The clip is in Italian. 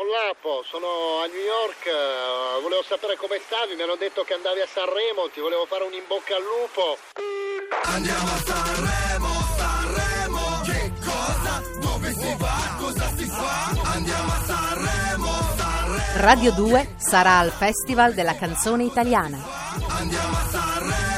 Lapo, sono a New York, volevo sapere come stavi, mi hanno detto che andavi a Sanremo, ti volevo fare un in bocca al lupo. Andiamo a Sanremo, Sanremo, che cosa, dove si va, cosa si fa? Andiamo a Sanremo, Sanremo. Radio 2 sarà al Festival della canzone italiana. Andiamo a Sanremo.